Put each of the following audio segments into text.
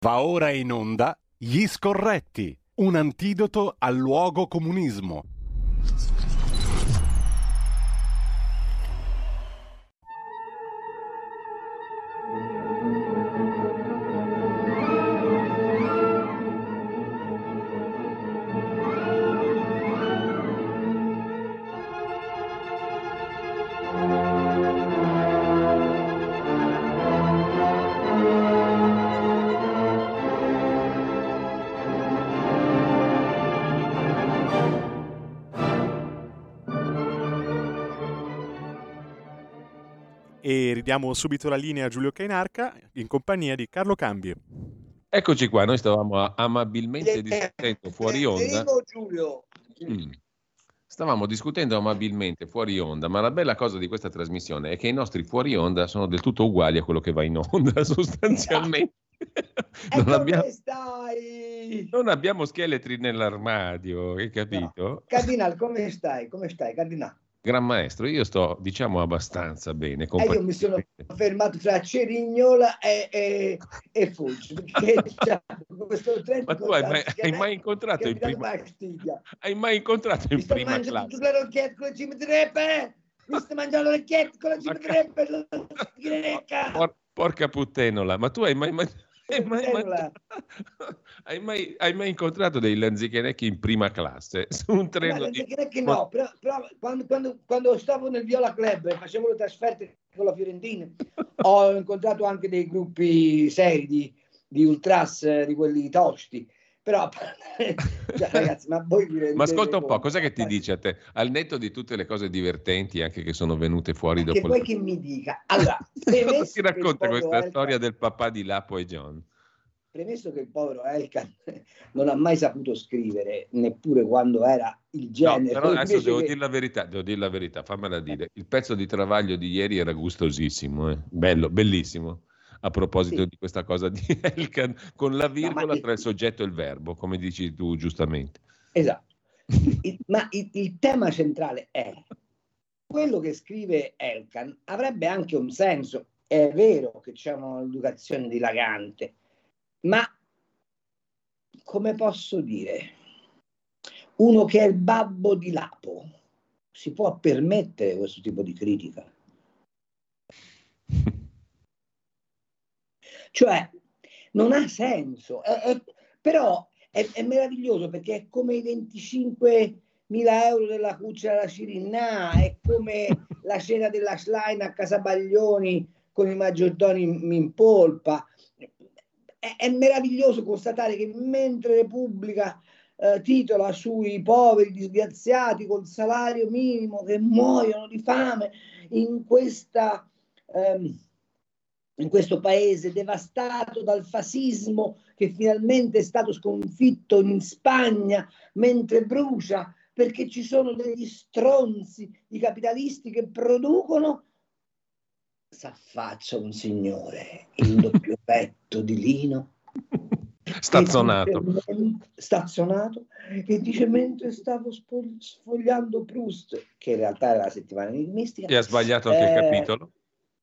Va ora in onda Gli Scorretti, un antidoto al luogo comunismo. E ridiamo subito la linea a Giulio Cainarca in compagnia di Carlo Cambi. Eccoci qua, noi stavamo amabilmente discutendo fuori onda. Giulio. Stavamo discutendo amabilmente fuori onda, ma la bella cosa di questa trasmissione è che i nostri fuori onda sono del tutto uguali a quello che va in onda, sostanzialmente. Non abbiamo scheletri nell'armadio, hai capito? No. Cardinal, come stai? Come stai, Cardinal? Gran maestro, io sto, diciamo, abbastanza bene. Io mi sono fermato tra Cerignola e Foggia. Ma tu hai mai incontrato in prima classe? Tutte le rocchette con la cimidreppe! Mi sto mangiando le rocchette con la cimidreppe! Porca puttenola, ma tu hai mai incontrato dei lanzichenecchi in prima classe su un treno no, però quando stavo nel Viola Club e facevo le trasferte con la Fiorentina ho incontrato anche dei gruppi seri di ultras, di quelli tosti, però cioè, ragazzi, ma voi ma ascolta un po', cos'è che ti dice a te, al netto di tutte le cose divertenti anche che sono venute fuori dopo che vuoi che mi dica? Allora, cosa ti racconta questa storia del papà di Lapo e John? Premesso che il povero Elkan non ha mai saputo scrivere, neppure quando era il genere. No, però adesso devo dire la verità, fammela dire. Il pezzo di Travaglio di ieri era gustosissimo, bello, bellissimo. A proposito di questa cosa di Elkan, con la virgola tra il soggetto e il verbo, come dici tu giustamente. Esatto. Ma il tema centrale è quello che scrive Elkan avrebbe anche un senso. È vero che c'è un'educazione dilagante, ma come posso dire, uno che è il babbo di Lapo si può permettere questo tipo di critica? Cioè, non ha senso, però è meraviglioso perché è come i 25.000 euro della cuccia alla Cirinà, è come la cena della Schlein a Casabaglioni con i maggiordomi in polpa. È meraviglioso constatare che mentre Repubblica titola sui poveri disgraziati col salario minimo che muoiono di fame in questo paese devastato dal fascismo che finalmente è stato sconfitto in Spagna mentre brucia perché ci sono degli stronzi di capitalisti che producono, s'affaccia un signore in doppio petto di lino stazionato e dice: mentre stavo sfogliando Proust, che in realtà era la settimana enigmistica, e ha sbagliato anche il capitolo,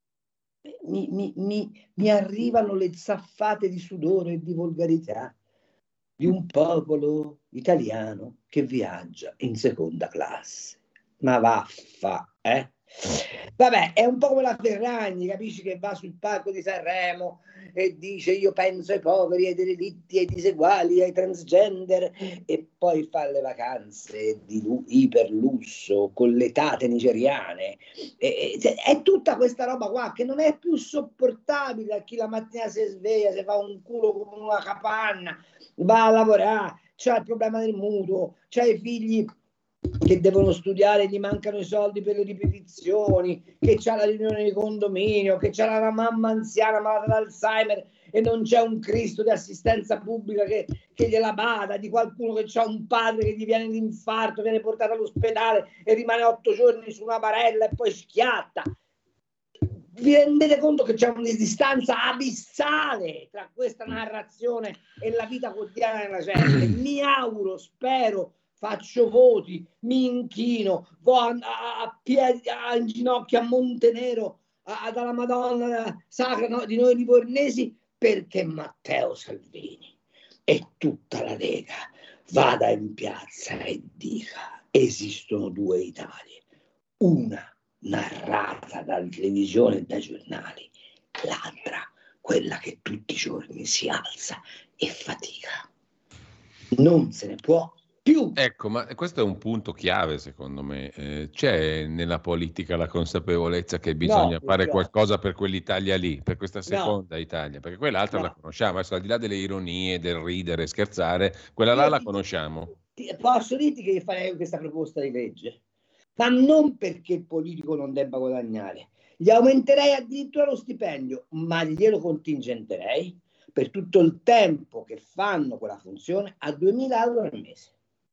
mi arrivano le zaffate di sudore e di volgarità di un popolo italiano che viaggia in seconda classe. Ma vaffa, Vabbè, è un po' come la Ferragni, capisci, che va sul palco di Sanremo e dice: io penso ai poveri, ai derelitti, ai diseguali, ai transgender, e poi fa le vacanze di iperlusso con le tate nigeriane. È tutta questa roba qua che non è più sopportabile a chi la mattina si sveglia, si fa un culo come una capanna, va a lavorare, c'ha il problema del mutuo, c'ha i figli che devono studiare, gli mancano i soldi per le ripetizioni, che c'ha la riunione di condominio, che c'ha la mamma anziana malata d'Alzheimer e non c'è un Cristo di assistenza pubblica che gliela bada, di qualcuno che c'ha un padre che gli viene l'infarto, viene portato all'ospedale e rimane 8 giorni su una barella e poi schiatta. Vi rendete conto che c'è una distanza abissale tra questa narrazione e la vita quotidiana della gente? Mi auguro, spero, faccio voti, mi inchino, vado a piedi, in ginocchio a Montenero, dalla Madonna Sacra, no, di noi livornesi, perché Matteo Salvini e tutta la Lega vada in piazza e dica: esistono due Italie, una narrata dalla televisione e dai giornali, l'altra quella che tutti i giorni si alza e fatica. Non se ne può più. Ecco, ma questo è un punto chiave secondo me. C'è nella politica la consapevolezza che bisogna fare qualcosa per quell'Italia lì, per questa seconda Italia, perché quell'altra la conosciamo, adesso al di là delle ironie, del ridere, scherzare, quella là la conosciamo. Posso dirti che farei questa proposta di legge, ma non perché il politico non debba guadagnare. Gli aumenterei addirittura lo stipendio, ma glielo contingenterei per tutto il tempo che fanno quella funzione a 2.000 euro al mese,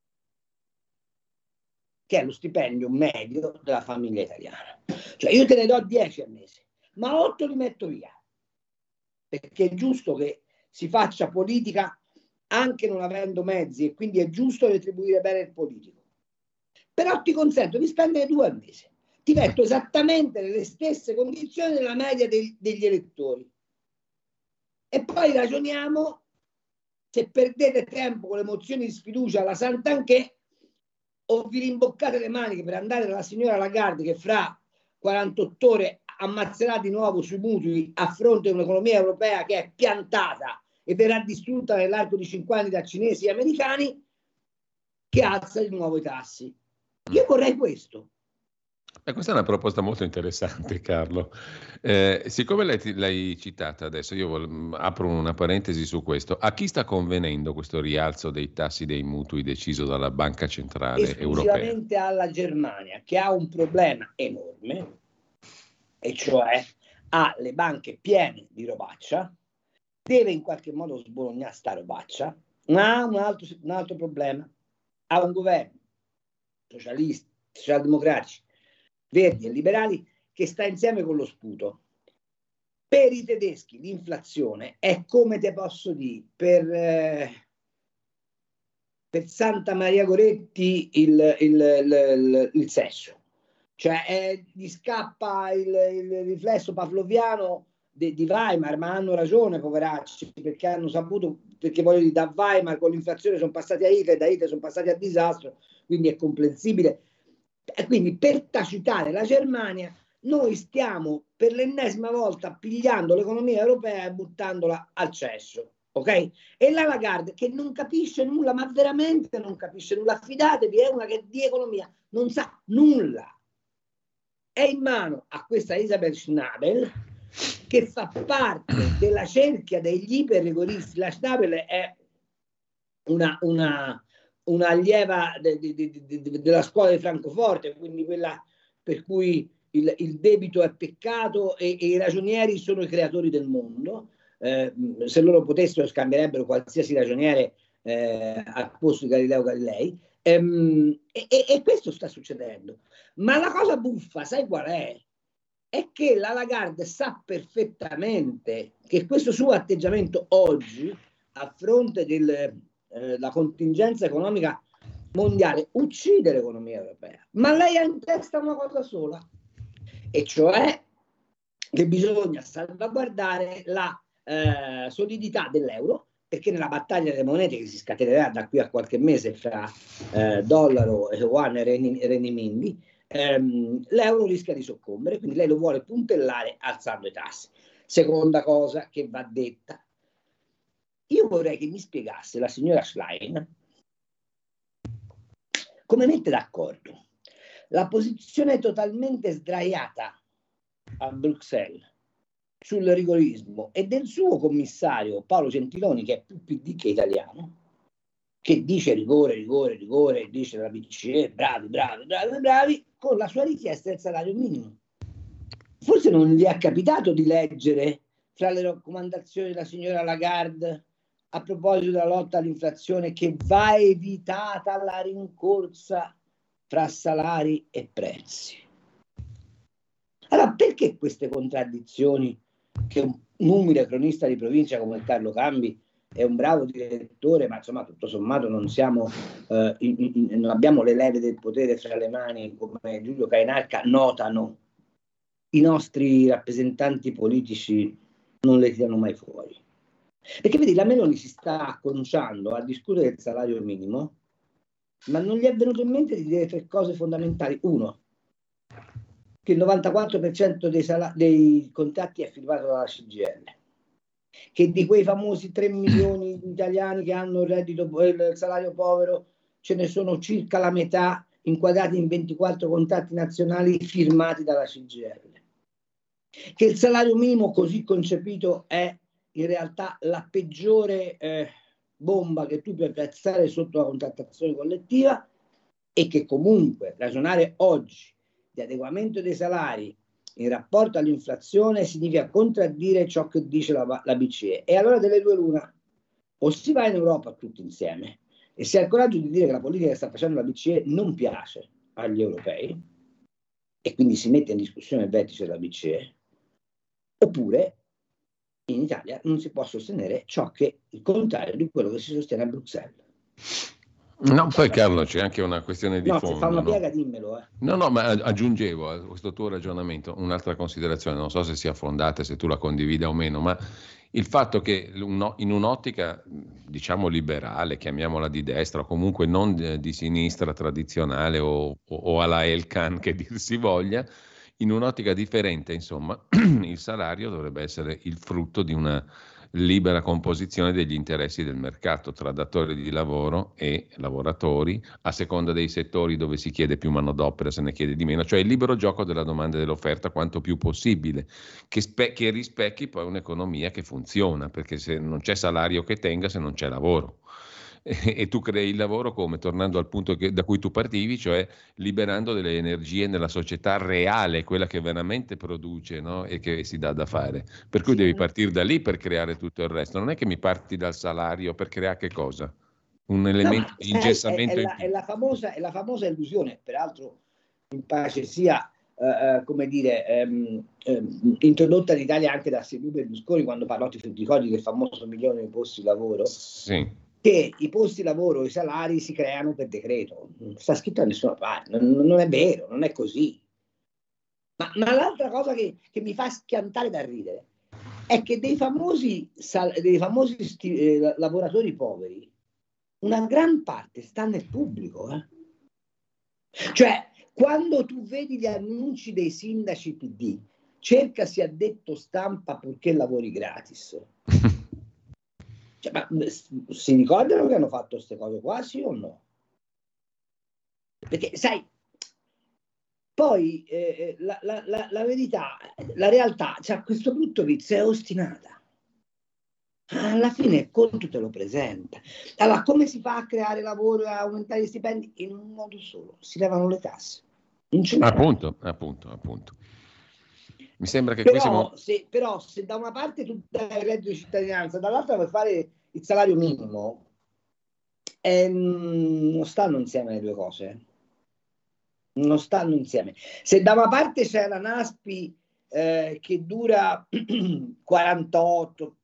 che è lo stipendio medio della famiglia italiana. Cioè io te ne do 10 al mese, ma 8 li metto via, perché è giusto che si faccia politica anche non avendo mezzi, e quindi è giusto retribuire bene il politico. Però ti consento di spendere 2 al mese, ti metto esattamente nelle stesse condizioni della media degli elettori, e poi ragioniamo se perdete tempo con le mozioni di sfiducia alla Santanchè o vi rimboccate le maniche per andare dalla signora Lagarde, che fra 48 ore ammazzerà di nuovo sui mutui a fronte di un'economia europea che è piantata e verrà distrutta nell'arco di 5 anni da cinesi e americani, che alza di nuovo i tassi. Io vorrei questo. Questa è una proposta molto interessante, Carlo. Siccome l'hai citata adesso, io apro una parentesi su questo. A chi sta convenendo questo rialzo dei tassi dei mutui deciso dalla Banca Centrale Europea? Esclusivamente alla Germania, che ha un problema enorme, e cioè ha le banche piene di robaccia, deve in qualche modo sbolognare sta robaccia, ma ha un altro problema. Ha un governo socialisti, socialdemocratici, verdi e liberali che sta insieme con lo sputo. Per i tedeschi l'inflazione è, come te posso dire, per Santa Maria Goretti il sesso. Cioè gli scappa il riflesso pavloviano di Weimar, ma hanno ragione, poveracci, perché hanno saputo, perché voglio dire, da Weimar con l'inflazione sono passati a Hitler, da Hitler sono passati a disastro, quindi è comprensibile. E quindi per tacitare la Germania noi stiamo per l'ennesima volta pigliando l'economia europea e buttandola al cesso, ok? E la Lagarde, che non capisce nulla, ma veramente non capisce nulla, fidatevi, è una che di economia non sa nulla. È in mano a questa Elisabeth Schnabel, che fa parte della cerchia degli iperrigoristi. La Schnabel è una allieva della scuola di Francoforte, quindi quella per cui il debito è peccato e i ragionieri sono i creatori del mondo. Se loro potessero scambierebbero qualsiasi ragioniere al posto di Galileo Galilei. E questo sta succedendo. Ma la cosa buffa, sai qual è? È che la Lagarde sa perfettamente che questo suo atteggiamento oggi, a fronte della contingenza economica mondiale, uccide l'economia europea. Ma lei ha in testa una cosa sola, e cioè che bisogna salvaguardare la solidità dell'euro, perché nella battaglia delle monete che si scatenerà da qui a qualche mese fra dollaro, yuan e renminbi, l'euro rischia di soccombere, quindi lei lo vuole puntellare alzando i tassi. Seconda cosa che va detta: io vorrei che mi spiegasse la signora Schlein come mette d'accordo la posizione totalmente sdraiata a Bruxelles sul rigorismo e del suo commissario Paolo Gentiloni, che è più PD che italiano, che dice rigore, rigore, rigore, dice la BCE, bravi, bravi, bravi, bravi, con la sua richiesta del salario minimo. Forse non gli è capitato di leggere fra le raccomandazioni della signora Lagarde a proposito della lotta all'inflazione che va evitata la rincorsa fra salari e prezzi. Allora, perché queste contraddizioni che un umile cronista di provincia come Carlo Cambi è un bravo direttore, ma insomma tutto sommato non siamo non abbiamo le leve del potere fra le mani come Giulio Cainarca, notano, i nostri rappresentanti politici non le tirano mai fuori? Perché vedi, la Meloni si sta acconciando a discutere del salario minimo, ma non gli è venuto in mente di dire 3 cose fondamentali. Uno, che il 94% dei contratti è firmato dalla CGIL, che di quei famosi 3 milioni di italiani che hanno il salario povero, ce ne sono circa la metà inquadrati in 24 contratti nazionali firmati dalla CGIL, che il salario minimo così concepito è in realtà la peggiore bomba che tu puoi piazzare sotto la contrattazione collettiva, e che comunque ragionare oggi di adeguamento dei salari in rapporto all'inflazione significa contraddire ciò che dice la BCE. E allora delle due l'una: o si va in Europa tutti insieme e si ha il coraggio di dire che la politica che sta facendo la BCE non piace agli europei e quindi si mette in discussione il vertice della BCE, oppure in Italia non si può sostenere ciò che il contrario di quello che si sostiene a Bruxelles. No, poi Carlo c'è anche una questione di fondo. Se fa una no? piega dimmelo. No, ma aggiungevo a questo tuo ragionamento un'altra considerazione, non so se sia fondata, se tu la condivida o meno, ma il fatto che in un'ottica, diciamo, liberale, chiamiamola di destra, o comunque non di sinistra tradizionale o alla Elkan che dir si voglia, in un'ottica differente, insomma, il salario dovrebbe essere il frutto di una libera composizione degli interessi del mercato tra datori di lavoro e lavoratori, a seconda dei settori dove si chiede più manodopera, se ne chiede di meno, cioè il libero gioco della domanda e dell'offerta quanto più possibile, che rispecchi poi un'economia che funziona, perché se non c'è salario che tenga, se non c'è lavoro. E tu crei il lavoro come? Tornando al punto da cui tu partivi, cioè liberando delle energie nella società reale, quella che veramente produce, no? E che si dà da fare. Per cui devi partire da lì per creare tutto il resto. Non è che mi parti dal salario per creare che cosa? Un elemento di ingessamento in più. È la famosa illusione, peraltro in pace sia introdotta in Italia anche da Silvio Berlusconi quando parlò di codice del famoso milione di posti di lavoro. Sì. Che i posti di lavoro e i salari si creano per decreto, non sta scritto da nessuna parte, non è vero, non è così. Ma l'altra cosa che mi fa schiantare da ridere è che dei famosi lavoratori poveri, una gran parte sta nel pubblico. Cioè, quando tu vedi gli annunci dei sindaci PD, cercasi addetto stampa purché lavori gratis. Ma si ricordano che hanno fatto queste cose qua, sì o no? Perché sai, poi la verità, la realtà c'ha questo brutto vizio, è ostinata. Alla fine il conto te lo presenta. Allora, come si fa a creare lavoro e a aumentare gli stipendi? In un modo solo: si levano le tasse. Non ce n'è. Appunto. Mi sembra che però se da una parte tu dai il reddito di cittadinanza, dall'altra vuoi fare il salario minimo, non stanno insieme le due cose. Non stanno insieme. Se da una parte c'è la NASPI che dura 48,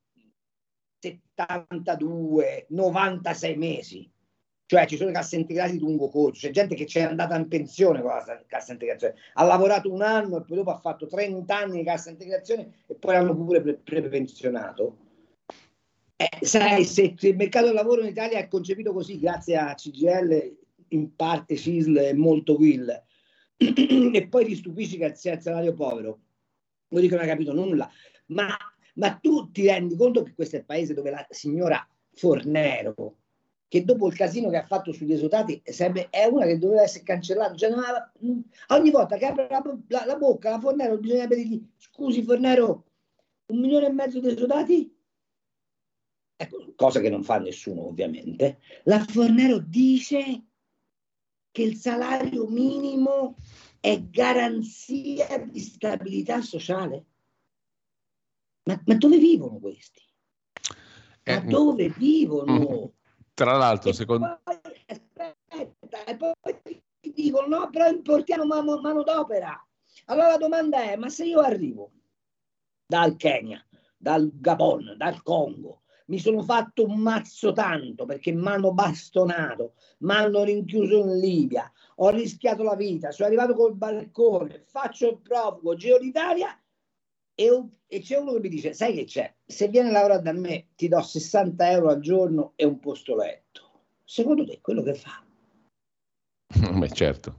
72, 96 mesi, cioè ci sono i cassa integrati di lungo corso, c'è gente che c'è andata in pensione con la cassa integrazione, ha lavorato un anno e poi dopo ha fatto 30 anni di cassa integrazione e poi l'hanno pure prepensionato. Sai, se il mercato del lavoro in Italia è concepito così, grazie a CGIL, in parte CISL e molto Will, e poi ti stupisci che sia il salario povero, vuol dire che non hai capito nulla. Ma tu ti rendi conto che questo è il paese dove la signora Fornero, che dopo il casino che ha fatto sugli esodati è una che doveva essere cancellata, cioè, ogni volta che apre la bocca la Fornero bisogna dirgli: scusi Fornero, 1,5 milioni di esodati? Ecco, cosa che non fa nessuno ovviamente. La Fornero dice che il salario minimo è garanzia di stabilità sociale. Ma dove vivono questi? Ma dove vivono? Tra l'altro, secondo... Aspetta, e poi ti dicono: no, però importiamo manodopera. Allora la domanda è: ma se io arrivo dal Kenya, dal Gabon, dal Congo, mi sono fatto un mazzo tanto perché mi hanno bastonato, mi hanno rinchiuso in Libia, ho rischiato la vita, sono arrivato col balcone, faccio il profugo, giro l'Italia, E c'è uno che mi dice, sai che c'è? Se vieni a lavorare da me ti do 60 euro al giorno e un posto letto. Secondo te quello che fa? Beh, certo.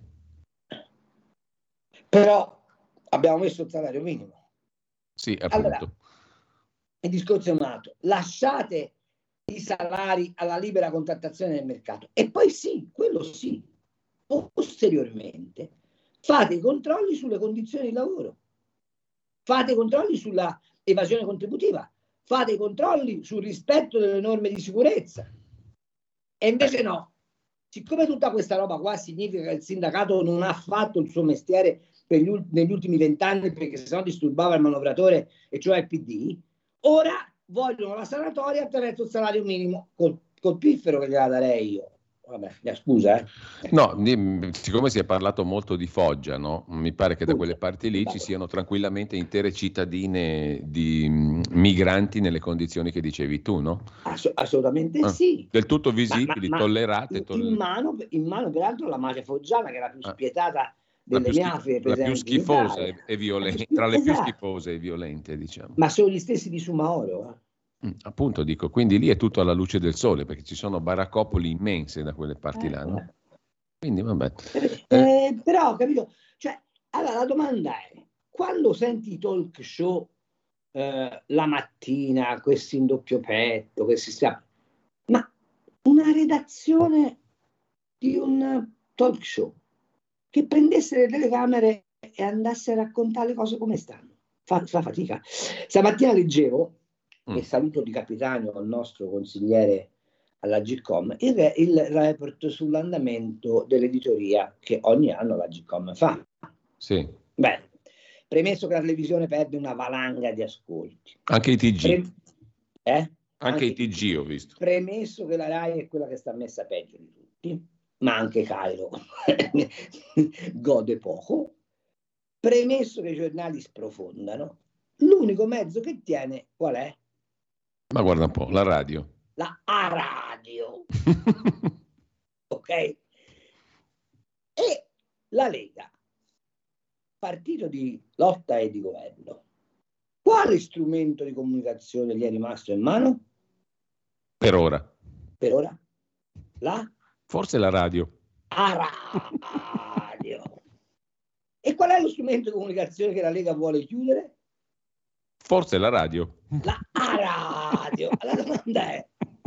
Però abbiamo messo il salario minimo. Sì, appunto. Allora, il discorso è un altro. Lasciate i salari alla libera contrattazione del mercato. E poi sì, quello sì, posteriormente fate i controlli sulle condizioni di lavoro, fate i controlli sulla evasione contributiva, fate i controlli sul rispetto delle norme di sicurezza. E invece no, siccome tutta questa roba qua significa che il sindacato non ha fatto il suo mestiere negli ultimi 20 anni, perché sennò disturbava il manovratore, e cioè il PD, ora vogliono la sanatoria attraverso il salario minimo, col piffero che gliela darei io. Vabbè, scusa. No, siccome si è parlato molto di Foggia, no? Mi pare che da quelle parti lì ci siano tranquillamente intere cittadine di migranti nelle condizioni che dicevi tu, no? Assolutamente sì. Del tutto visibili, tollerate. In mano peraltro la mafia foggiana, che è la più spietata delle mafie la più schifosa e violenta, tra le più esatto. schifose e violente, diciamo. Ma sono gli stessi di Sumaoro. Appunto, dico, quindi lì è tutto alla luce del sole, perché ci sono baraccopoli immense da quelle parti là, no? Quindi vabbè. Però, capito? Cioè, allora la domanda è, quando senti i talk show la mattina, questi in doppio petto, ma una redazione di un talk show che prendesse le telecamere e andasse a raccontare le cose come stanno, fa fatica. Stamattina leggevo, e saluto di Capitanio al nostro consigliere alla GCOM, il report sull'andamento dell'editoria che ogni anno la GCOM fa. Sì. Bene, premesso che la televisione perde una valanga di ascolti. Anche i TG. Anche i TG TG ho visto. Premesso che la RAI è quella che sta messa peggio di tutti, ma anche Cairo gode poco. Premesso che i giornali sprofondano, l'unico mezzo che tiene qual è? Ma guarda un po', la radio. La A-radio. Ok? E la Lega, partito di lotta e di governo, quale strumento di comunicazione gli è rimasto in mano? Per ora. Per ora? Forse la radio. A-radio. E qual è lo strumento di comunicazione che la Lega vuole chiudere? Forse la radio. La A-radio. La domanda è,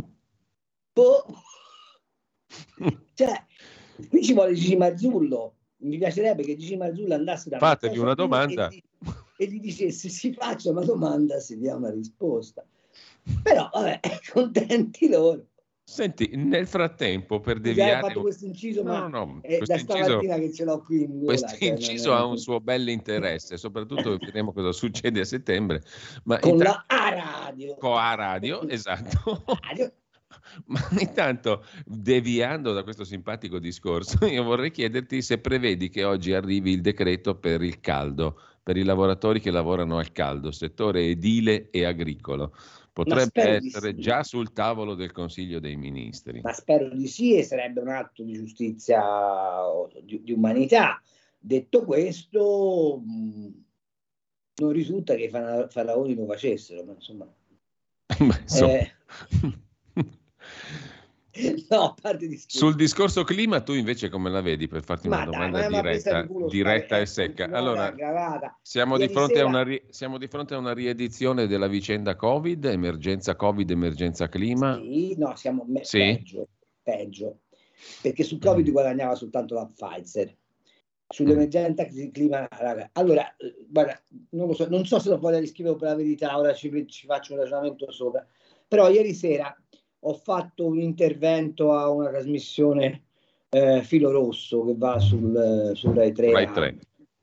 cioè, qui ci vuole Gigi Marzullo. Mi piacerebbe che Gigi Marzullo andasse da Fatevi una domanda e gli dicesse: si faccia una domanda, si dia una risposta. Però vabbè, contenti loro. Senti, nel frattempo, per deviare... Ho fatto questo inciso, no, da stamattina che ce l'ho qui in gola. Questo inciso ha un suo bell'interesse, soprattutto vedremo cosa succede a settembre. Ma con la A-radio. Con A-radio, esatto. Ma intanto, deviando da questo simpatico discorso, io vorrei chiederti se prevedi che oggi arrivi il decreto per il caldo, per i lavoratori che lavorano al caldo, settore edile e agricolo. Potrebbe essere già sul tavolo del Consiglio dei Ministri. Ma spero di sì, e sarebbe un atto di giustizia, di umanità. Detto questo, non risulta che i faraoni lo facessero, ma insomma... No, a parte di sul discorso clima, tu invece come la vedi, per farti una domanda diretta e secca? Allora, siamo di fronte a una riedizione della vicenda Covid, emergenza Covid, emergenza clima? Sì, no, siamo peggio, perché sul Covid guadagnava soltanto la Pfizer. Sull'emergenza clima, raga. Allora, guarda, non so se lo voglio riscrivere per la verità, ora ci faccio un ragionamento sopra, però ieri sera ho fatto un intervento a una trasmissione Filo Rosso che va sul Rai 3. Rai 3.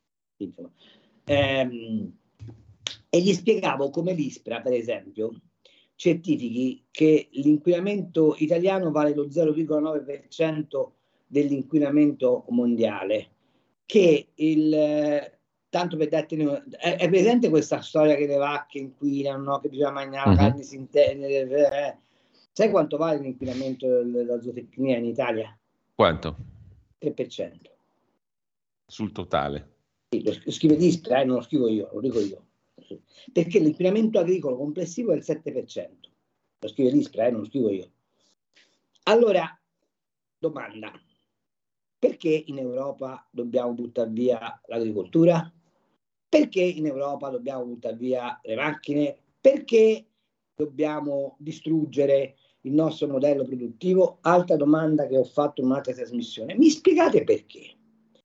E gli spiegavo come l'ISPRA, per esempio, certifichi che l'inquinamento italiano vale lo 0,9% dell'inquinamento mondiale, che tanto per darti è presente questa storia che le vacche inquinano, no? Che bisogna mangiare carni sintetiche. Sai quanto vale l'inquinamento della zootecnia in Italia? Quanto? 3%. Sul totale? Sì, lo scrive l'ISPRA, non lo scrivo io, lo dico io. perché l'inquinamento agricolo complessivo è il 7%. Lo scrive l'ISPRA, non lo scrivo io. Allora, domanda: perché in Europa dobbiamo buttare via l'agricoltura? Perché in Europa dobbiamo buttare via le macchine? Perché dobbiamo distruggere il nostro modello produttivo? Altra domanda che ho fatto in un'altra trasmissione. Mi spiegate perché?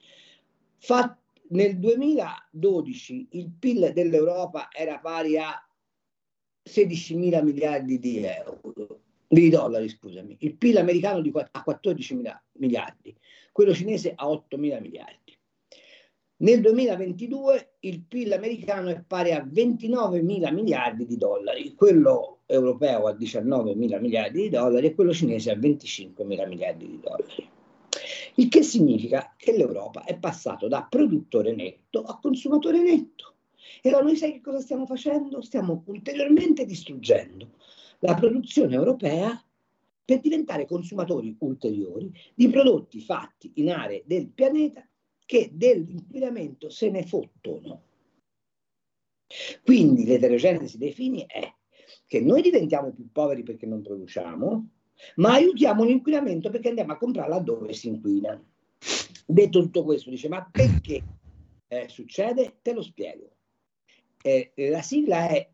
Nel 2012 il PIL dell'Europa era pari a 16.000 miliardi di dollari, scusami. Il PIL americano a 14.000 miliardi, quello cinese a 8.000 miliardi. Nel 2022 il PIL americano è pari a 29.000 miliardi di dollari, quello europeo a 19.000 miliardi di dollari e quello cinese a 25.000 miliardi di dollari. Il che significa che l'Europa è passato da produttore netto a consumatore netto. E allora noi sai che cosa stiamo facendo? Stiamo ulteriormente distruggendo la produzione europea per diventare consumatori ulteriori di prodotti fatti in aree del pianeta che dell'inquinamento se ne fottono. Quindi l'eterogenesi dei fini è che noi diventiamo più poveri perché non produciamo, ma aiutiamo l'inquinamento perché andiamo a comprare laddove si inquina. Detto tutto questo, dice: ma perché succede? Te lo spiego. La sigla è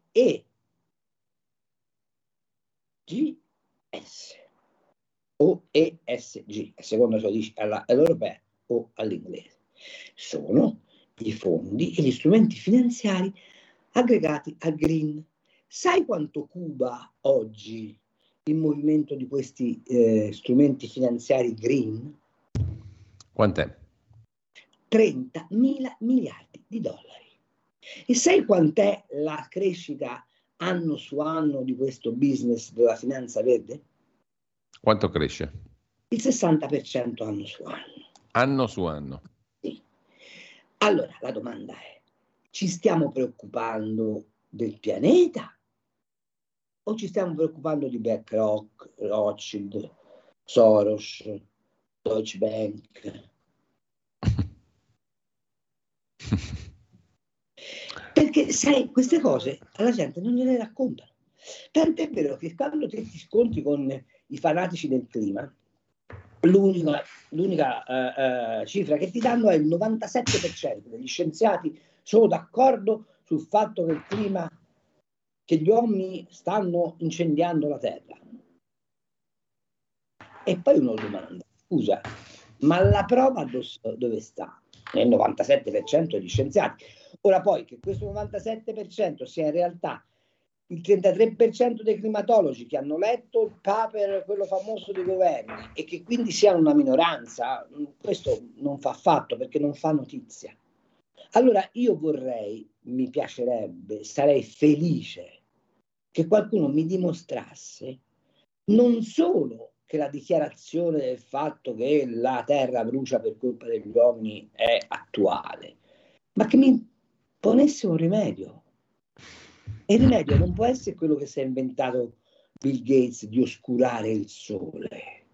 EGS o ESG, a seconda se lo dici all'europea o all'inglese. Sono i fondi e gli strumenti finanziari aggregati al green. Sai quanto cuba oggi il movimento di questi strumenti finanziari green? Quant'è? 30.000 miliardi di dollari. E sai quant'è la crescita anno su anno di questo business della finanza verde? Quanto cresce? Il 60% anno su anno. Anno su anno. Sì. Allora, la domanda è: ci stiamo preoccupando del pianeta o ci stiamo preoccupando di BlackRock, Rothschild, Soros, Deutsche Bank? Perché sai, queste cose alla gente non gliele raccontano. Tant'è vero che quando ti scontri con i fanatici del clima, l'unica cifra che ti danno è il 97% degli scienziati sono d'accordo sul fatto che il clima, che gli uomini stanno incendiando la Terra. E poi uno domanda: scusa, ma la prova dove sta? Nel 97% degli scienziati. Ora poi che questo 97% sia in realtà il 33% dei climatologi che hanno letto il paper, quello famoso dei governi, e che quindi siano una minoranza, questo non fa affatto perché non fa notizia. Allora io mi piacerebbe, sarei felice che qualcuno mi dimostrasse non solo che la dichiarazione del fatto che la terra brucia per colpa degli uomini è attuale, ma che mi ponesse un rimedio. E il rimedio non può essere quello che si è inventato Bill Gates di oscurare il sole.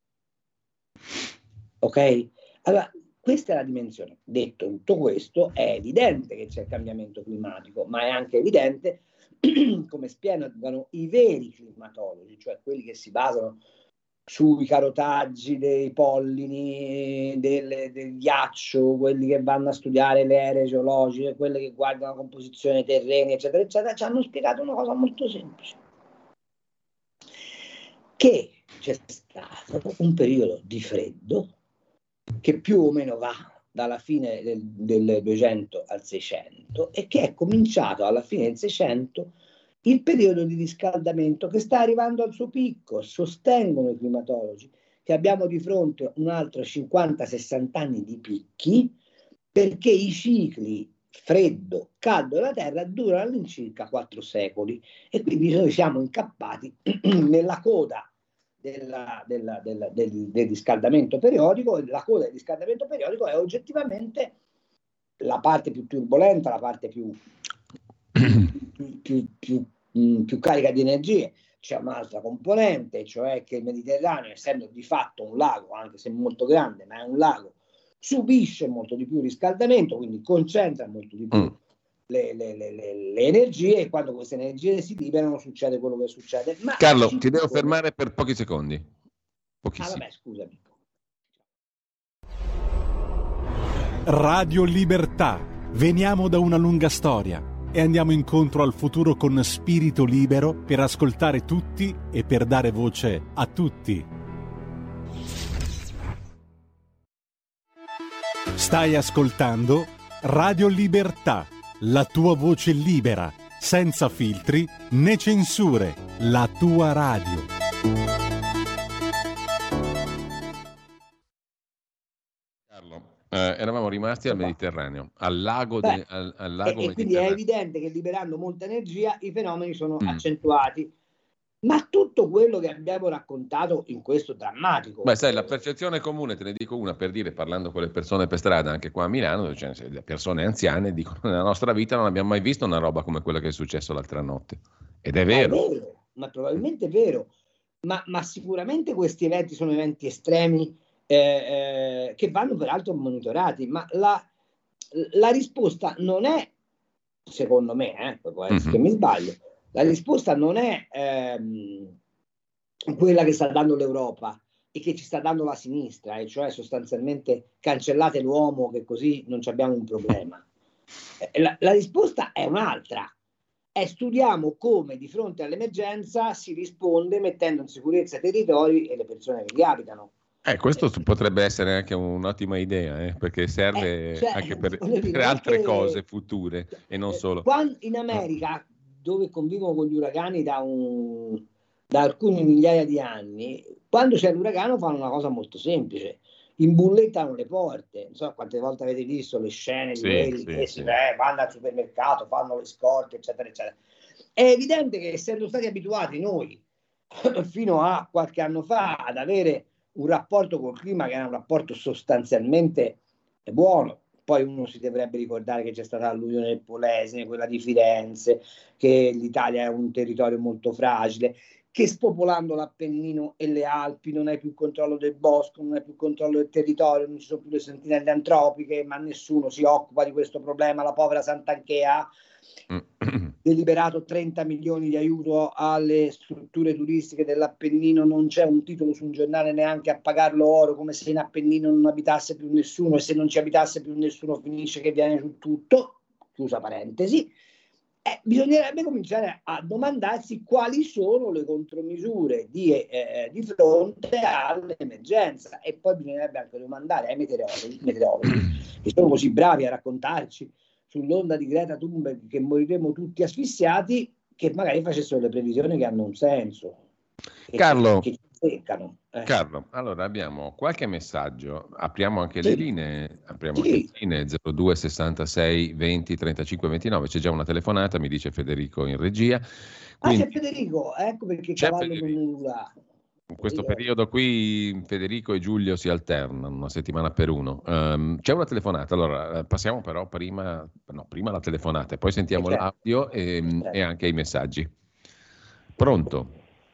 Ok? Allora, questa è la dimensione. Detto tutto questo, è evidente che c'è il cambiamento climatico, ma è anche evidente, come spiegano i veri climatologi, cioè quelli che si basano sui carotaggi dei pollini, del ghiaccio, quelli che vanno a studiare le aree geologiche, quelli che guardano la composizione dei terreni, eccetera, eccetera, ci hanno spiegato una cosa molto semplice: che c'è stato un periodo di freddo che più o meno va dalla fine del 200 al 600 e che è cominciato alla fine del 600 il periodo di riscaldamento che sta arrivando al suo picco. Sostengono i climatologi che abbiamo di fronte un altro 50-60 anni di picchi, perché i cicli freddo, caldo della Terra durano all'incirca 4 secoli e quindi noi siamo incappati nella coda del riscaldamento periodico. La coda del riscaldamento periodico è oggettivamente la parte più turbolenta, la parte più carica di energie. C'è un'altra componente, cioè che il Mediterraneo, essendo di fatto un lago, anche se molto grande, ma è un lago, subisce molto di più riscaldamento, quindi concentra molto di più le energie, e quando queste energie si liberano succede quello che succede. Ma Carlo, ti devo fermare per pochi secondi. Pochissimi. Vabbè, scusami. Radio Libertà. Veniamo da una lunga storia e andiamo incontro al futuro con spirito libero per ascoltare tutti e per dare voce a tutti. Stai ascoltando Radio Libertà, la tua voce libera, senza filtri né censure, la tua radio. Carlo, eravamo rimasti al Mediterraneo, al lago, al lago Mediterraneo. Quindi è evidente che liberando molta energia i fenomeni sono accentuati. Ma tutto quello che abbiamo raccontato in questo drammatico... Beh, sai, la percezione comune, te ne dico una per dire, parlando con le persone per strada, anche qua a Milano, cioè, le persone anziane dicono nella nostra vita non abbiamo mai visto una roba come quella che è successo l'altra notte. Ed è vero. Ma probabilmente è vero. Ma sicuramente questi eventi sono eventi estremi che vanno peraltro monitorati. Ma la risposta non è, secondo me, può essere che mi sbaglio, la risposta non è quella che sta dando l'Europa e che ci sta dando la sinistra, e cioè sostanzialmente cancellate l'uomo che così non ci abbiamo un problema. La risposta è un'altra. Studiamo come di fronte all'emergenza si risponde mettendo in sicurezza i territori e le persone che li abitano. Questo potrebbe essere anche un'ottima idea, perché serve anche per altre cose future e non solo. In America, dove convivono con gli uragani da alcuni migliaia di anni, quando c'è l'uragano fanno una cosa molto semplice: imbullettano le porte. Non so quante volte avete visto le scene di quelli che vanno al supermercato, fanno le scorte, eccetera, eccetera. È evidente che, essendo stati abituati noi fino a qualche anno fa ad avere un rapporto col clima che era un rapporto sostanzialmente buono. Poi uno si dovrebbe ricordare che c'è stata l'alluvione del Polesine, quella di Firenze, che l'Italia è un territorio molto fragile, che spopolando l'Appennino e le Alpi non hai più controllo del bosco, non hai più controllo del territorio, non ci sono più le sentinelle antropiche, ma nessuno si occupa di questo problema. La povera Sant'Anchea ha deliberato 30 milioni di aiuto alle strutture turistiche dell'Appennino, non c'è un titolo su un giornale neanche a pagarlo oro, come se in Appennino non abitasse più nessuno, e se non ci abitasse più nessuno finisce che viene su tutto, chiusa parentesi. Bisognerebbe cominciare a domandarsi quali sono le contromisure di fronte all'emergenza, e poi bisognerebbe anche domandare ai meteorologi che sono così bravi a raccontarci sull'onda di Greta Thunberg che moriremo tutti asfissiati, che magari facessero le previsioni che hanno un senso. Carlo, che ci seccano. Carlo, allora abbiamo qualche messaggio, apriamo anche le linee, le linee 02 66 20 35 29, c'è già una telefonata, mi dice Federico in regia. Quindi, c'è Federico, ecco perché cavallo con nulla. In questo periodo qui Federico e Giulio si alternano una settimana per uno. C'è una telefonata, allora passiamo però prima la telefonata e poi sentiamo l'audio e anche i messaggi. Pronto?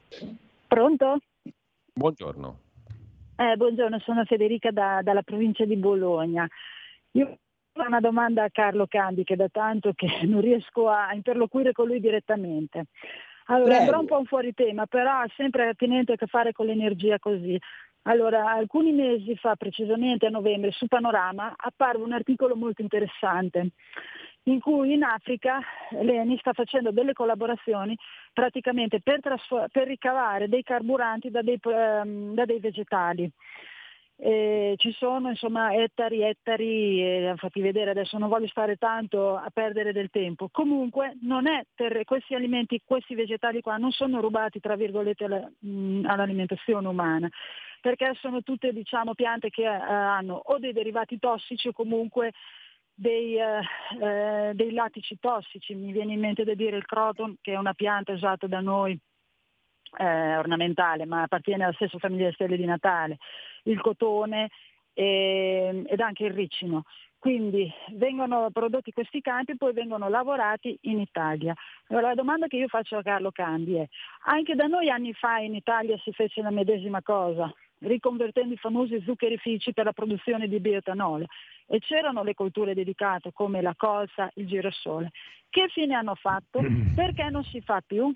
Pronto? Buongiorno. Buongiorno, sono Federica dalla provincia di Bologna. Io ho una domanda a Carlo Cambi, che da tanto che non riesco a interloquire con lui direttamente. Allora, andrò un po' fuori tema, però ha sempre attinente a che fare con l'energia così. Allora, alcuni mesi fa, precisamente a novembre, su Panorama apparve un articolo molto interessante in cui in Africa l'ENI sta facendo delle collaborazioni praticamente per ricavare dei carburanti da dei vegetali. Ci sono insomma ettari, hanno fatti vedere, adesso non voglio stare tanto a perdere del tempo. Comunque non è questi alimenti, questi vegetali qua non sono rubati tra virgolette all'alimentazione umana, perché sono tutte piante che hanno o dei derivati tossici o comunque dei lattici tossici. Mi viene in mente da dire il croton, che è una pianta usata da noi ornamentale, ma appartiene alla stessa famiglia delle stelle di Natale, il cotone ed anche il ricino. Quindi vengono prodotti questi campi e poi vengono lavorati in Italia. Allora, la domanda che io faccio a Carlo Cambi è: anche da noi anni fa in Italia si fece la medesima cosa? riconvertendo i famosi zuccherifici per la produzione di bioetanolo. E c'erano le colture dedicate come la colza, il girasole. Che fine hanno fatto? Perché non si fa più?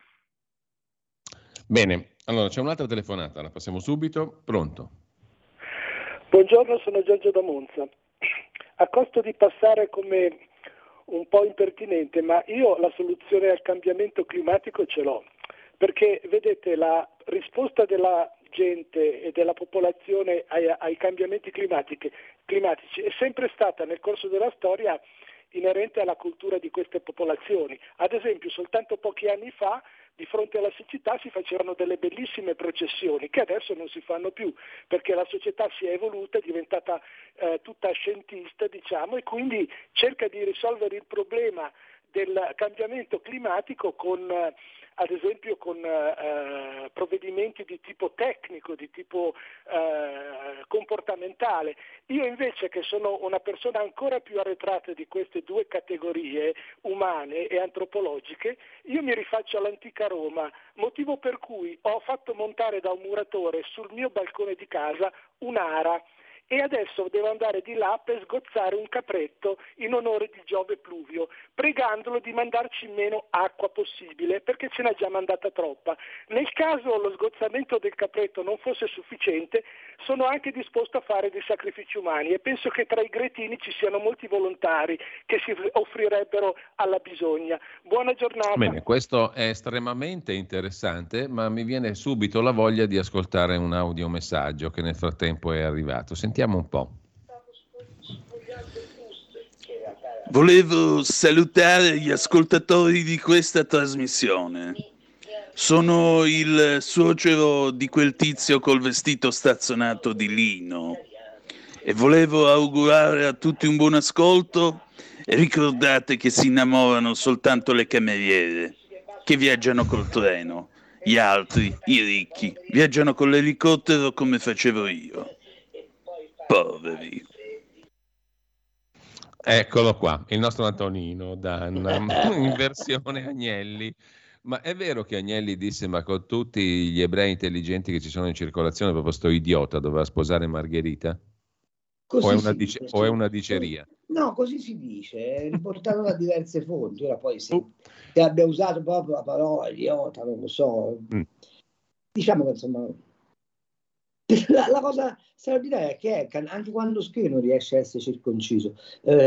Bene, allora c'è un'altra telefonata, la passiamo subito. Pronto? Buongiorno, sono Giorgio da Monza. A costo di passare come un po' impertinente, ma io la soluzione al cambiamento climatico ce l'ho, perché vedete la risposta della gente e della popolazione ai cambiamenti climatici è sempre stata nel corso della storia inerente alla cultura di queste popolazioni. Ad esempio, soltanto pochi anni fa di fronte alla siccità si facevano delle bellissime processioni che adesso non si fanno più, perché la società si è evoluta, è diventata tutta scientista, diciamo, e quindi cerca di risolvere il problema del cambiamento climatico con ad esempio con provvedimenti di tipo tecnico, di tipo comportamentale. Io invece, che sono una persona ancora più arretrata di queste due categorie umane e antropologiche, io mi rifaccio all'antica Roma, motivo per cui ho fatto montare da un muratore sul mio balcone di casa un'ara, e adesso devo andare di là per sgozzare un capretto in onore di Giove Pluvio, pregandolo di mandarci meno acqua possibile, perché ce n'ha già mandata troppa. Nel caso lo sgozzamento del capretto non fosse sufficiente, sono anche disposto a fare dei sacrifici umani, e penso che tra i gretini ci siano molti volontari che si offrirebbero alla bisogna. Buona giornata. Bene, questo è estremamente interessante, ma mi viene subito la voglia di ascoltare un audiomessaggio che nel frattempo è arrivato. Sentiamo un po'. Volevo salutare gli ascoltatori di questa trasmissione. Sono il suocero di quel tizio col vestito stazzonato di lino e volevo augurare a tutti un buon ascolto. Ricordate che si innamorano soltanto le cameriere che viaggiano col treno. Gli altri, i ricchi, viaggiano con l'elicottero come facevo io. Poveri. Eccolo qua, il nostro Antonino Danna, in versione Agnelli. Ma è vero che Agnelli disse: ma con tutti gli ebrei intelligenti che ci sono in circolazione, proprio sto idiota doveva sposare Margherita? Così O è una diceria? No, così si dice, è riportato da diverse fonti. Ora poi se abbia usato proprio la parola idiota, non lo so. Diciamo che insomma la cosa straordinaria è che anche quando scrive non riesce a essere circonciso.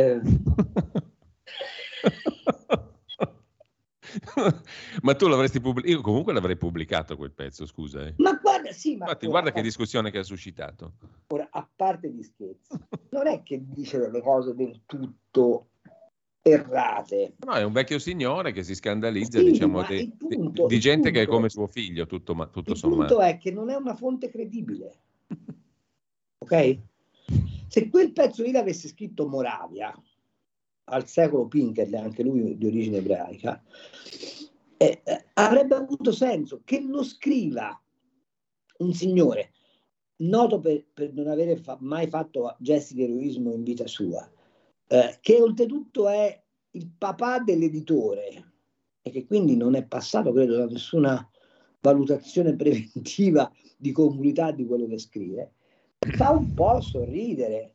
Ma tu l'avresti pubblicato? Io comunque l'avrei pubblicato quel pezzo, scusa. Ma guarda, sì, ma infatti, guarda che discussione che ha suscitato. Ora, a parte gli scherzi, non è che dice delle cose del tutto errate. No, è un vecchio signore che si scandalizza, sì, diciamo, di gente che è come suo figlio, tutto sommato. Il punto è che non è una fonte credibile. Ok? Se quel pezzo lì l'avesse scritto Moravia, al secolo Pinkerle, anche lui di origine ebraica, avrebbe avuto senso. Che lo scriva un signore noto per non avere mai fatto gesti di eroismo in vita sua, che oltretutto è il papà dell'editore e che quindi non è passato, credo, da nessuna valutazione preventiva di congruità di quello che scrive, fa un po' sorridere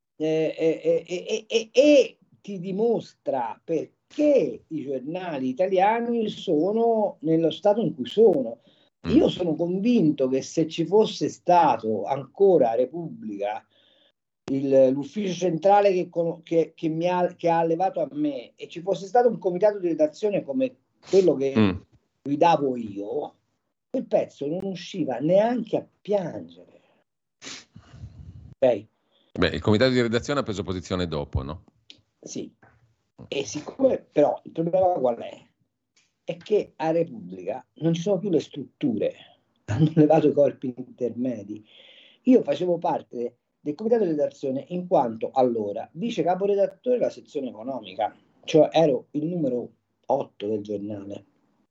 e ti dimostra perché i giornali italiani sono nello stato in cui sono. Io sono convinto che se ci fosse stato ancora Repubblica, l'ufficio centrale che ha allevato a me, e ci fosse stato un comitato di redazione come quello che guidavo io, quel pezzo non usciva neanche a piangere. Okay? Beh, il comitato di redazione ha preso posizione dopo, no? Sì. E siccome però il problema qual è? È che a Repubblica non ci sono più le strutture, hanno levato i corpi intermedi. Io facevo parte del comitato di redazione in quanto allora vice caporedattore della sezione economica, cioè ero il numero 8 del giornale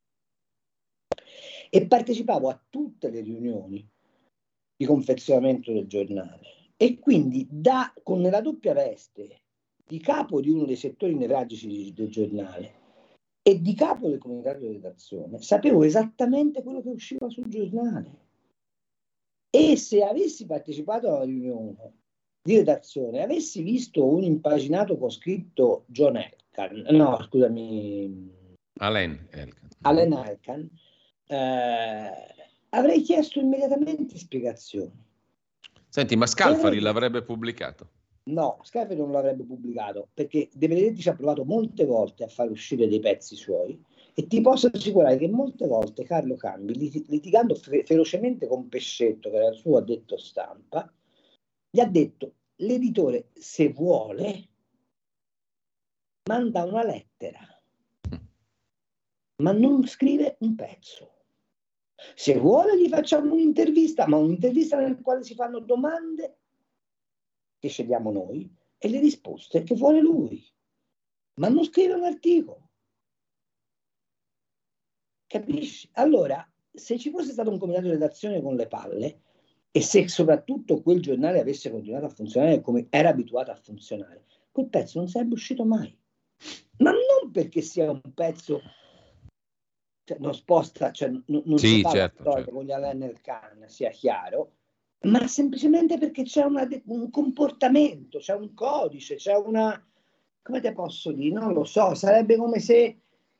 e partecipavo a tutte le riunioni di confezionamento del giornale, e quindi con la doppia veste di capo di uno dei settori nevralgici del giornale e di capo del comitato di redazione, sapevo esattamente quello che usciva sul giornale. E se avessi partecipato alla riunione di redazione, avessi visto un impaginato con scritto John Elkann, no, scusami, Alan Elkann, Alan Elkann, avrei chiesto immediatamente spiegazioni. Senti, ma Scalfari l'avrebbe pubblicato? No, Scalfari non l'avrebbe pubblicato, perché De Benedetti ci ha provato molte volte a far uscire dei pezzi suoi, e ti posso assicurare che molte volte Carlo Cambi, litigando ferocemente con Pescetto, che era il suo addetto stampa, gli ha detto: l'editore, se vuole, manda una lettera, ma non scrive un pezzo. Se vuole gli facciamo un'intervista, ma un'intervista nella quale si fanno domande che scegliamo noi e le risposte che vuole lui, ma non scrive un articolo. Capisci? Allora, se ci fosse stato un comitato di redazione con le palle, e se soprattutto quel giornale avesse continuato a funzionare come era abituato a funzionare, quel pezzo non sarebbe uscito mai. Ma non perché sia un pezzo, cioè, non sposta, cioè, non si fa la storia con gli Alan Elkann, sia chiaro, ma semplicemente perché c'è un comportamento, c'è un codice, c'è una, come te posso dire, non lo so, sarebbe come se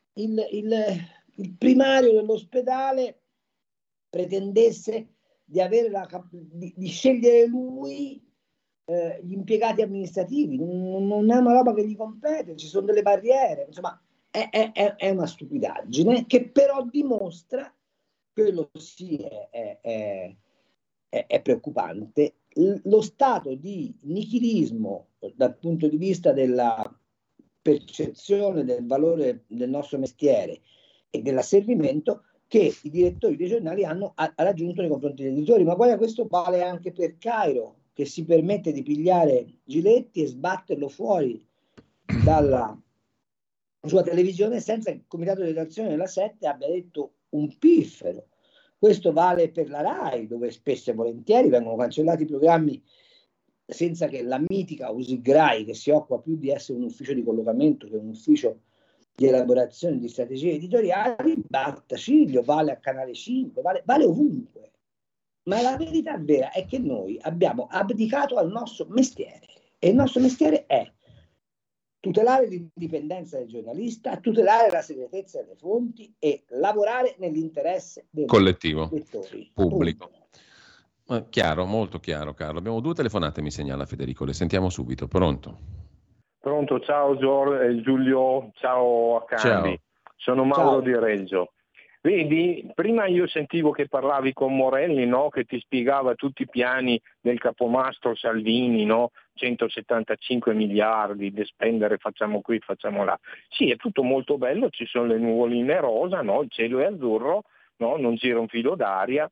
il primario dell'ospedale pretendesse di avere di scegliere lui gli impiegati amministrativi. Non è una roba che gli compete, ci sono delle barriere, insomma è una stupidaggine che però dimostra, quello sì è preoccupante, lo stato di nichilismo dal punto di vista della percezione del valore del nostro mestiere e dell'asservimento che i direttori dei giornali hanno raggiunto nei confronti degli editori. Ma guarda, questo vale anche per Cairo, che si permette di pigliare Giletti e sbatterlo fuori dalla sua televisione senza che il comitato di redazione della 7 abbia detto un piffero. Questo vale per la RAI, dove spesso e volentieri vengono cancellati i programmi senza che la mitica Usigrai, che si occupa più di essere un ufficio di collocamento che un ufficio di elaborazione di strategie editoriali, batta ciglio, vale a Canale 5, vale ovunque. Ma la verità vera è che noi abbiamo abdicato al nostro mestiere, e il nostro mestiere è tutelare l'indipendenza del giornalista, tutelare la segretezza delle fonti e lavorare nell'interesse dei collettivo, lettori. pubblico. Chiaro, molto chiaro, Carlo. Abbiamo 2 telefonate, mi segnala Federico, le sentiamo subito. Pronto? Pronto, ciao Giulio, ciao a Cambi. Ciao. Sono Mauro di Reggio. Vedi, prima io sentivo che parlavi con Morelli, no? Che ti spiegava tutti i piani del capomastro Salvini, no? 175 miliardi da spendere, facciamo qui, facciamo là. Sì, è tutto molto bello, ci sono le nuvoline rosa, no? Il cielo è azzurro, no? Non gira un filo d'aria,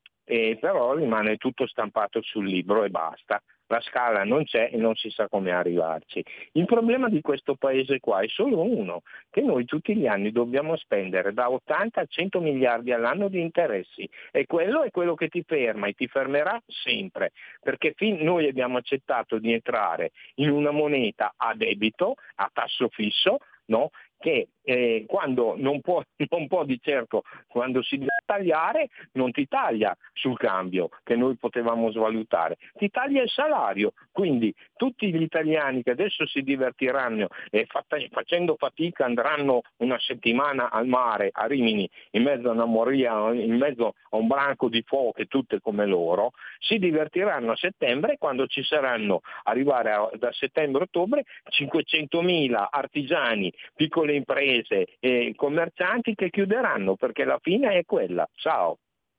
però rimane tutto stampato sul libro e basta. La scala non c'è e non si sa come arrivarci. Il problema di questo paese qua è solo uno, che noi tutti gli anni dobbiamo spendere da 80 a 100 miliardi all'anno di interessi, e quello è quello che ti ferma e ti fermerà sempre, perché noi abbiamo accettato di entrare in una moneta a debito, a tasso fisso, no? Che quando non può di certo, quando si deve tagliare, non ti taglia sul cambio che noi potevamo svalutare, ti taglia il salario. Quindi tutti gli italiani che adesso si divertiranno e facendo fatica andranno una settimana al mare a Rimini, in mezzo a una moria, in mezzo a un branco di fuoco, tutte come loro, si divertiranno a settembre, quando ci saranno, da settembre-ottobre, 500.000 artigiani, piccole imprese e commercianti che chiuderanno, perché la fine è quella. Ciao.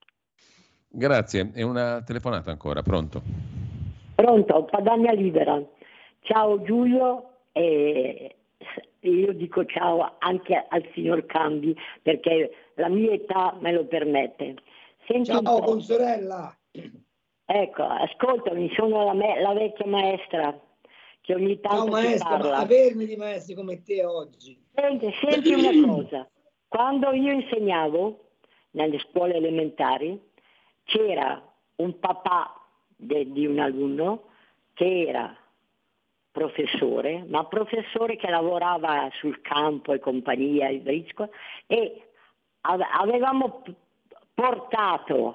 Grazie. E una telefonata ancora, pronto? Pronto, Padania Libera. Ciao Giulio, e io dico ciao anche al signor Cambi, perché la mia età me lo permette. Senti, ciao consorella. Ecco, ascoltami, sono la vecchia maestra che ogni tanto ciao maestra, parla. Ma avermi di maestri come te oggi. Senti una cosa, quando io insegnavo nelle scuole elementari c'era un papà di un alunno che era professore, ma professore che lavorava sul campo e compagnia, e avevamo portato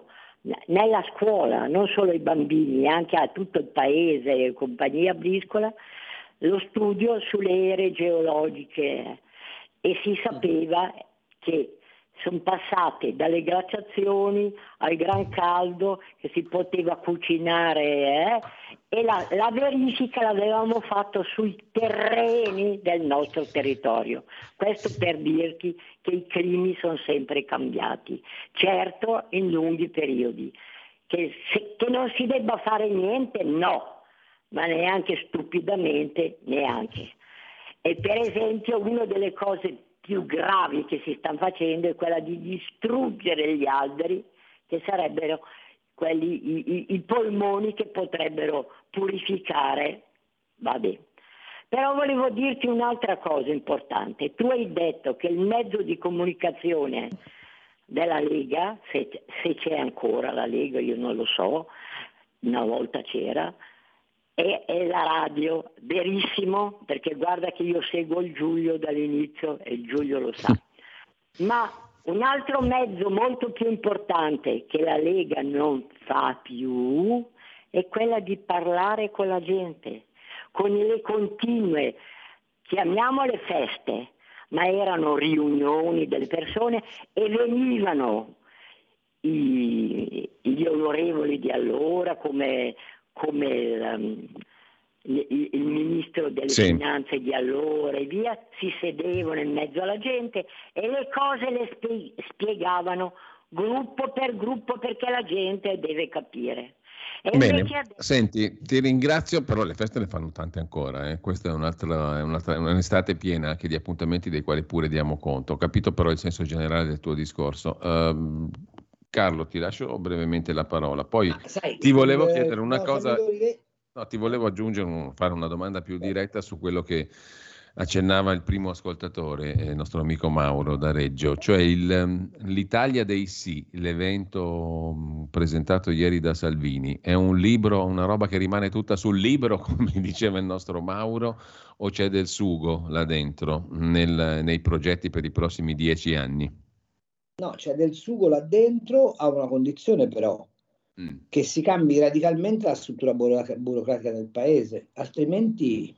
nella scuola, non solo ai bambini, anche a tutto il paese e compagnia briscola, lo studio sulle ere geologiche, e si sapeva che sono passate dalle glaciazioni al gran caldo, che si poteva cucinare, e la verifica l'avevamo fatto sui terreni del nostro territorio. Questo per dirti che i climi sono sempre cambiati, certo in lunghi periodi. Che non si debba fare niente, no, ma neanche stupidamente, neanche. E per esempio una delle cose più gravi che si stanno facendo è quella di distruggere gli alberi, che sarebbero quelli, i polmoni che potrebbero purificare. Vabbè. Però volevo dirti un'altra cosa importante. Tu hai detto che il mezzo di comunicazione della Lega, se c'è ancora la Lega, io non lo so, una volta c'era, è la radio. Verissimo, perché guarda che io seguo il Giulio dall'inizio e il Giulio lo sa. Ma un altro mezzo molto più importante che la Lega non fa più è quella di parlare con la gente, con le continue, chiamiamole feste, ma erano riunioni delle persone e venivano gli onorevoli di allora come il ministro delle finanze di allora e via, si sedevano in mezzo alla gente e le cose le spiegavano gruppo per gruppo, perché la gente deve capire. E bene, senti, ti ringrazio, però le feste ne fanno tante ancora, questa è un'estate piena anche di appuntamenti dei quali pure diamo conto. Ho capito però il senso generale del tuo discorso. Carlo, ti lascio brevemente la parola. Poi ti volevo chiedere una cosa. No, ti volevo aggiungere, fare una domanda più diretta su quello che accennava il primo ascoltatore, il nostro amico Mauro da Reggio, cioè l'Italia dei sì, l'evento presentato ieri da Salvini. È un libro, una roba che rimane tutta sul libro, come diceva il nostro Mauro, o c'è del sugo là dentro, nei progetti per i prossimi 10 anni? No, c'è del sugo là dentro, a una condizione però, che si cambi radicalmente la struttura burocratica del paese, altrimenti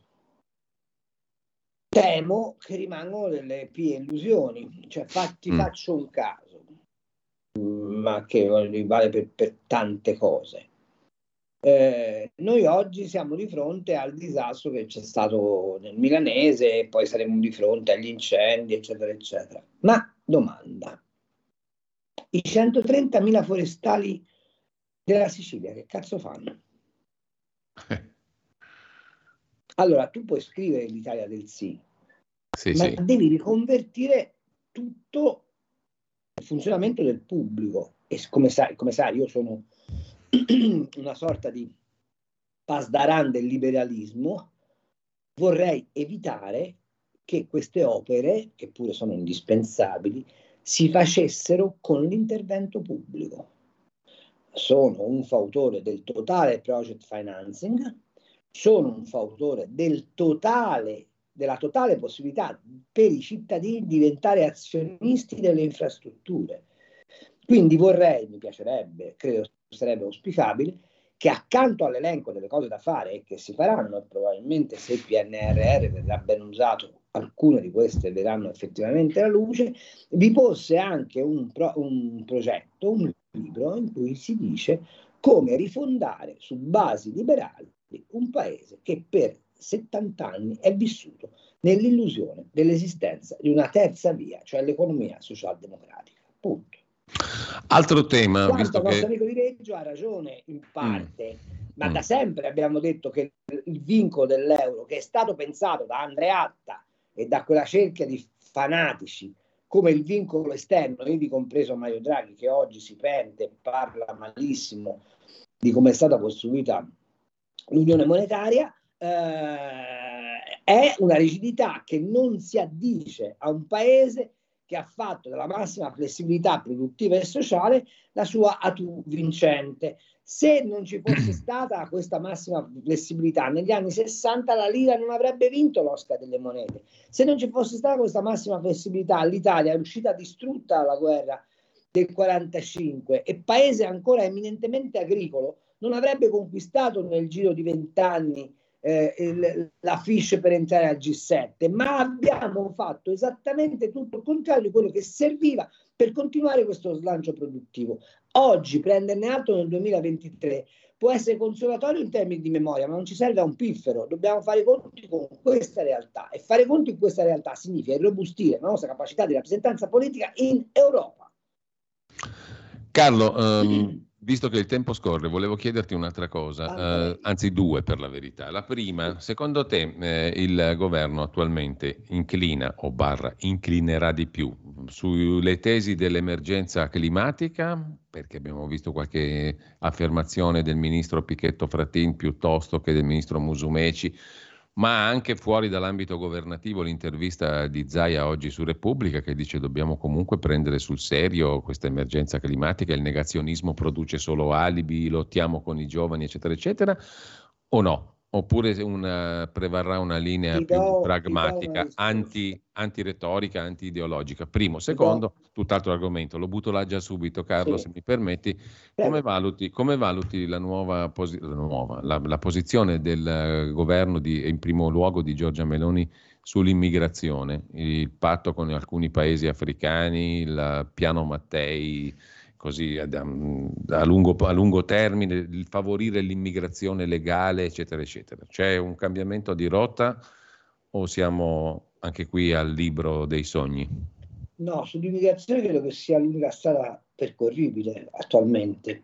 temo che rimangono delle pie illusioni. Cioè, ti faccio un caso, ma che vale per tante cose. Noi oggi siamo di fronte al disastro che c'è stato nel Milanese e poi saremo di fronte agli incendi, eccetera, eccetera. Ma domanda, i 130.000 forestali della Sicilia che cazzo fanno? Allora, tu puoi scrivere l'Italia del sì, ma devi riconvertire tutto il funzionamento del pubblico. E come sai, io sono una sorta di pasdaran del liberalismo. Vorrei evitare che queste opere, che pure sono indispensabili, si facessero con l'intervento pubblico. Sono un fautore del totale project financing, sono un fautore della totale possibilità per i cittadini di diventare azionisti delle infrastrutture. Quindi mi piacerebbe, credo sarebbe auspicabile, che accanto all'elenco delle cose da fare e che si faranno, e probabilmente se il PNRR verrà ben usato, alcune di queste verranno effettivamente alla luce, vi fosse anche un progetto, un libro in cui si dice come rifondare su basi liberali un paese che per 70 anni è vissuto nell'illusione dell'esistenza di una terza via, cioè l'economia socialdemocratica. Punto. Altro tema, visto il nostro amico di Reggio ha ragione in parte, ma da sempre abbiamo detto che il vincolo dell'euro, che è stato pensato da Andreatta e da quella cerchia di fanatici come il vincolo esterno, ivi compreso Mario Draghi, che oggi si pente e parla malissimo di come è stata costruita l'unione monetaria, è una rigidità che non si addice a un paese che ha fatto della massima flessibilità produttiva e sociale la sua atu vincente. Se non ci fosse stata questa massima flessibilità negli anni 60, la lira non avrebbe vinto l'Oscar delle monete. Se non ci fosse stata questa massima flessibilità, l'Italia è uscita distrutta dalla guerra del 45 e paese ancora eminentemente agricolo, non avrebbe conquistato nel giro di 20 anni la fiche per entrare al G7, ma abbiamo fatto esattamente tutto il contrario di quello che serviva per continuare questo slancio produttivo. Oggi prenderne atto nel 2023 può essere consolatorio in termini di memoria, ma non ci serve a un piffero. Dobbiamo fare conti con questa realtà, e fare conti in questa realtà significa irrobustire la nostra capacità di rappresentanza politica in Europa. Carlo, visto che il tempo scorre, volevo chiederti un'altra cosa, anzi due per la verità. La prima, secondo te il governo attualmente inclina o inclinerà di più sulle tesi dell'emergenza climatica, perché abbiamo visto qualche affermazione del ministro Pichetto Fratin piuttosto che del ministro Musumeci, ma anche fuori dall'ambito governativo l'intervista di Zaia oggi su Repubblica che dice dobbiamo comunque prendere sul serio questa emergenza climatica, il negazionismo produce solo alibi, lottiamo con i giovani eccetera eccetera, o no? Oppure prevarrà una linea più pragmatica, anti-retorica, anti-ideologica? Primo. Secondo, tutt'altro argomento, lo butto là già subito, Carlo, se mi permetti. Come valuti la posizione del governo in primo luogo di Giorgia Meloni sull'immigrazione, il patto con alcuni paesi africani, il piano Mattei, così a lungo termine, il favorire l'immigrazione legale, eccetera, eccetera. C'è un cambiamento di rotta o siamo anche qui al libro dei sogni? No, sull'immigrazione credo che sia l'unica strada percorribile attualmente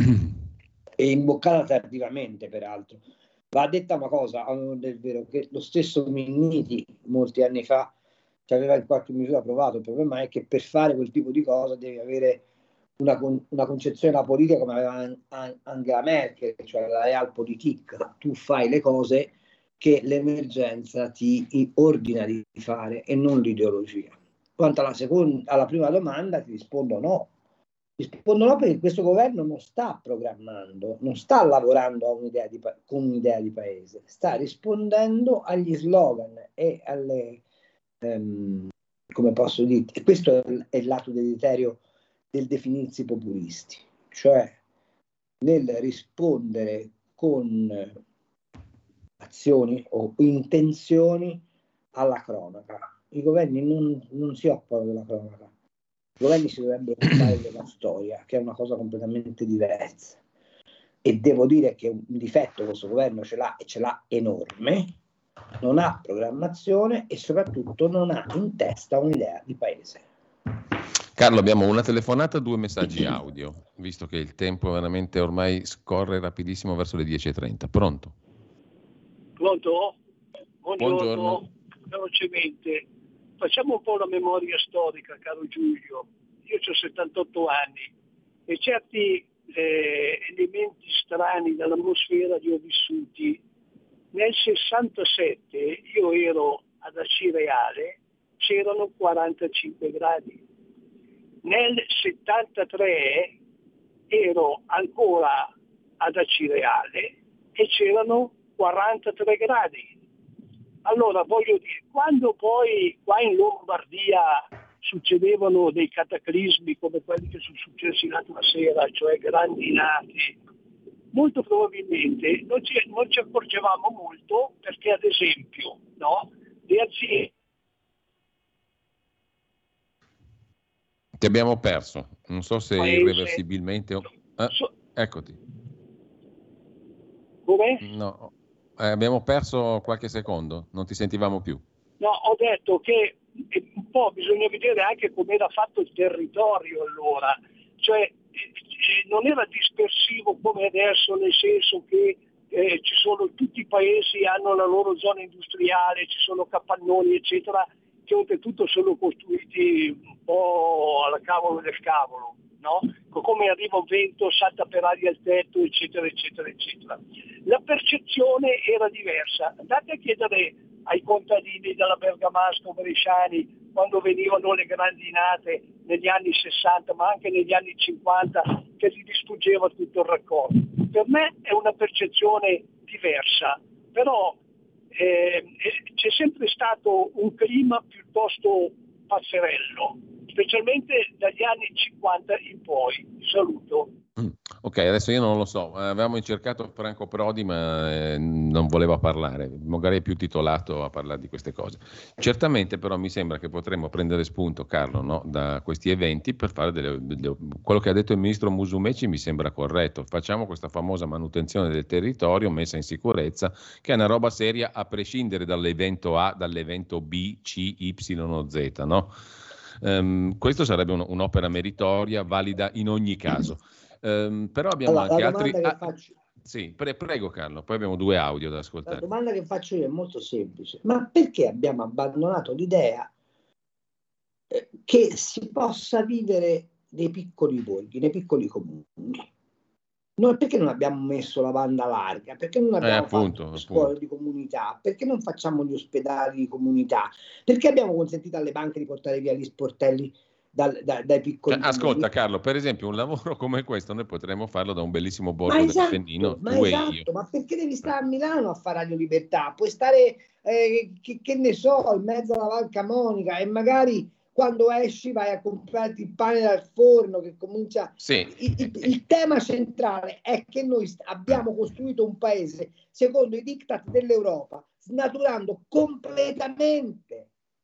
e imboccata tardivamente, peraltro. Va detta una cosa, a onor del vero, che lo stesso Minniti molti anni fa ci aveva in qualche misura provato. Il problema è che per fare quel tipo di cosa devi avere una concezione della politica come aveva Angela Merkel, cioè la Realpolitik. Tu fai le cose che l'emergenza ti ordina di fare e non l'ideologia. Quanto alla prima domanda ti rispondo no. Rispondo no perché questo governo non sta programmando, non sta lavorando con un'idea di paese, sta rispondendo agli slogan e alle, come posso dire, e questo è il lato deleterio del definirsi populisti, cioè nel rispondere con azioni o intenzioni alla cronaca. I governi non si occupano della cronaca, i governi si dovrebbero occupare della storia, che è una cosa completamente diversa. E devo dire che un difetto questo governo ce l'ha, e ce l'ha enorme: non ha programmazione e soprattutto non ha in testa un'idea di paese. Carlo, abbiamo una telefonata, 2 messaggi audio, visto che il tempo veramente ormai scorre rapidissimo verso le 10:30. Pronto? Pronto? Buongiorno. Velocemente, facciamo un po' la memoria storica, caro Giulio. Io ho 78 anni e certi elementi strani dall'atmosfera li ho vissuti. Nel 67 io ero ad Acireale, c'erano 45 gradi. Nel 73 ero ancora ad Acireale e c'erano 43 gradi. Allora voglio dire, quando poi qua in Lombardia succedevano dei cataclismi come quelli che sono successi l'altra sera, cioè grandinati, molto probabilmente non ci accorgevamo molto, perché ad esempio le aziende. Ti abbiamo perso, non so se irreversibilmente o... eccoti. Come? No, abbiamo perso qualche secondo, non ti sentivamo più. No, ho detto che un po' bisogna vedere anche come era fatto il territorio allora, cioè non era dispersivo come adesso, nel senso che ci sono, tutti i paesi hanno la loro zona industriale, ci sono capannoni eccetera, che oltretutto sono costruiti un po' alla cavolo del cavolo, no? Come arriva un vento, salta per aria il tetto, eccetera, eccetera, eccetera. La percezione era diversa. Andate a chiedere ai contadini della Bergamasco bresciani, quando venivano le grandinate negli anni 60, ma anche negli anni 50, che gli distruggeva tutto il raccolto. Per me è una percezione diversa, però c'è sempre stato un clima piuttosto pazzerello, specialmente dagli anni 50 in poi. Saluto. Ok, adesso io non lo so, avevamo cercato Franco Prodi ma non voleva parlare, magari è più titolato a parlare di queste cose. Certamente però mi sembra che potremmo prendere spunto, Carlo, no, da questi eventi per fare quello che ha detto il ministro Musumeci mi sembra corretto, facciamo questa famosa manutenzione del territorio, messa in sicurezza, che è una roba seria a prescindere dall'evento A, dall'evento B, C, Y o Z, no? Questo sarebbe un'opera meritoria, valida in ogni caso. Però abbiamo anche altri. Sì, prego Carlo, poi abbiamo 2 audio da ascoltare. La domanda che faccio io è molto semplice: ma perché abbiamo abbandonato l'idea che si possa vivere nei piccoli borghi, nei piccoli comuni? Perché non abbiamo messo la banda larga? Perché non abbiamo fatto scuole di comunità? Perché non facciamo gli ospedali di comunità? Perché abbiamo consentito alle banche di portare via gli sportelli dai piccoli comuni? Ascolta Carlo, per esempio un lavoro come questo noi potremmo farlo da un bellissimo borgo del Pennino, tu e io. Ma perché devi stare a Milano a fare Radio Libertà? Puoi stare, che ne so, in mezzo alla Val Camonica, e magari quando esci vai a comprarti il pane dal forno che comincia. Sì. Il tema centrale è che noi abbiamo costruito un paese secondo i diktat dell'Europa, snaturando completamente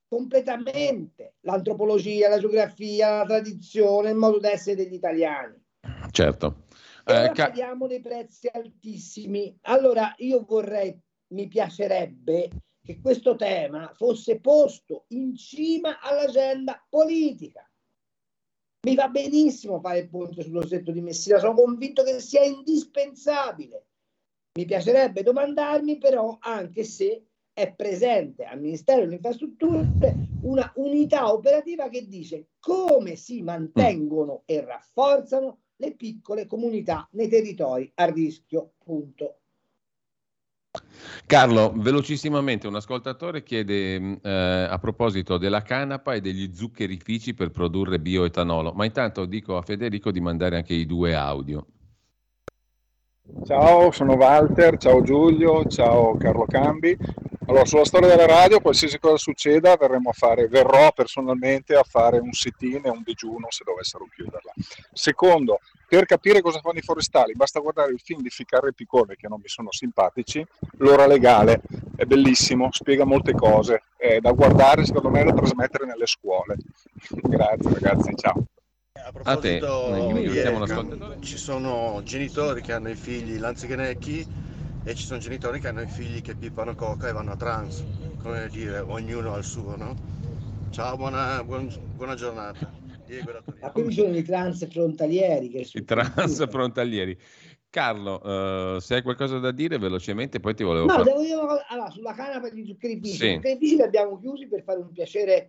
l'antropologia, la geografia, la tradizione, il modo d'essere degli italiani. Certo. E ora paghiamo dei prezzi altissimi. Allora mi piacerebbe che questo tema fosse posto in cima all'agenda politica. Mi va benissimo fare il ponte sullo Stretto di Messina, sono convinto che sia indispensabile. Mi piacerebbe domandarmi però anche se è presente al Ministero delle Infrastrutture una unità operativa che dice come si mantengono e rafforzano le piccole comunità nei territori a rischio, punto. Carlo, velocissimamente un ascoltatore chiede a proposito della canapa e degli zuccherifici per produrre bioetanolo, ma intanto dico a Federico di mandare anche i 2 audio. Ciao, sono Walter, ciao Giulio, ciao Carlo Cambi. Allora, sulla storia della radio, qualsiasi cosa succeda, verrò personalmente a fare un sit-in e un digiuno se dovessero chiuderla. Secondo, per capire cosa fanno i forestali, basta guardare il film di Ficarra e Piccone, che non mi sono simpatici. L'ora legale è bellissimo, spiega molte cose, è da guardare, secondo me, da trasmettere nelle scuole. Grazie ragazzi, ciao. A proposito, ci sono genitori che hanno i figli lanzichenecchi e ci sono genitori che hanno i figli che pippano coca e vanno a trans, come dire, ognuno al suo, no? Ciao, buona giornata. Diego da Torino. Ma quindi sono i trans frontalieri I trans frontalieri. Carlo, se hai qualcosa da dire velocemente, poi ti volevo devo dire allora, sulla canapa di zuccherifici. Sì. Gli zuccherifici li abbiamo chiusi per fare un piacere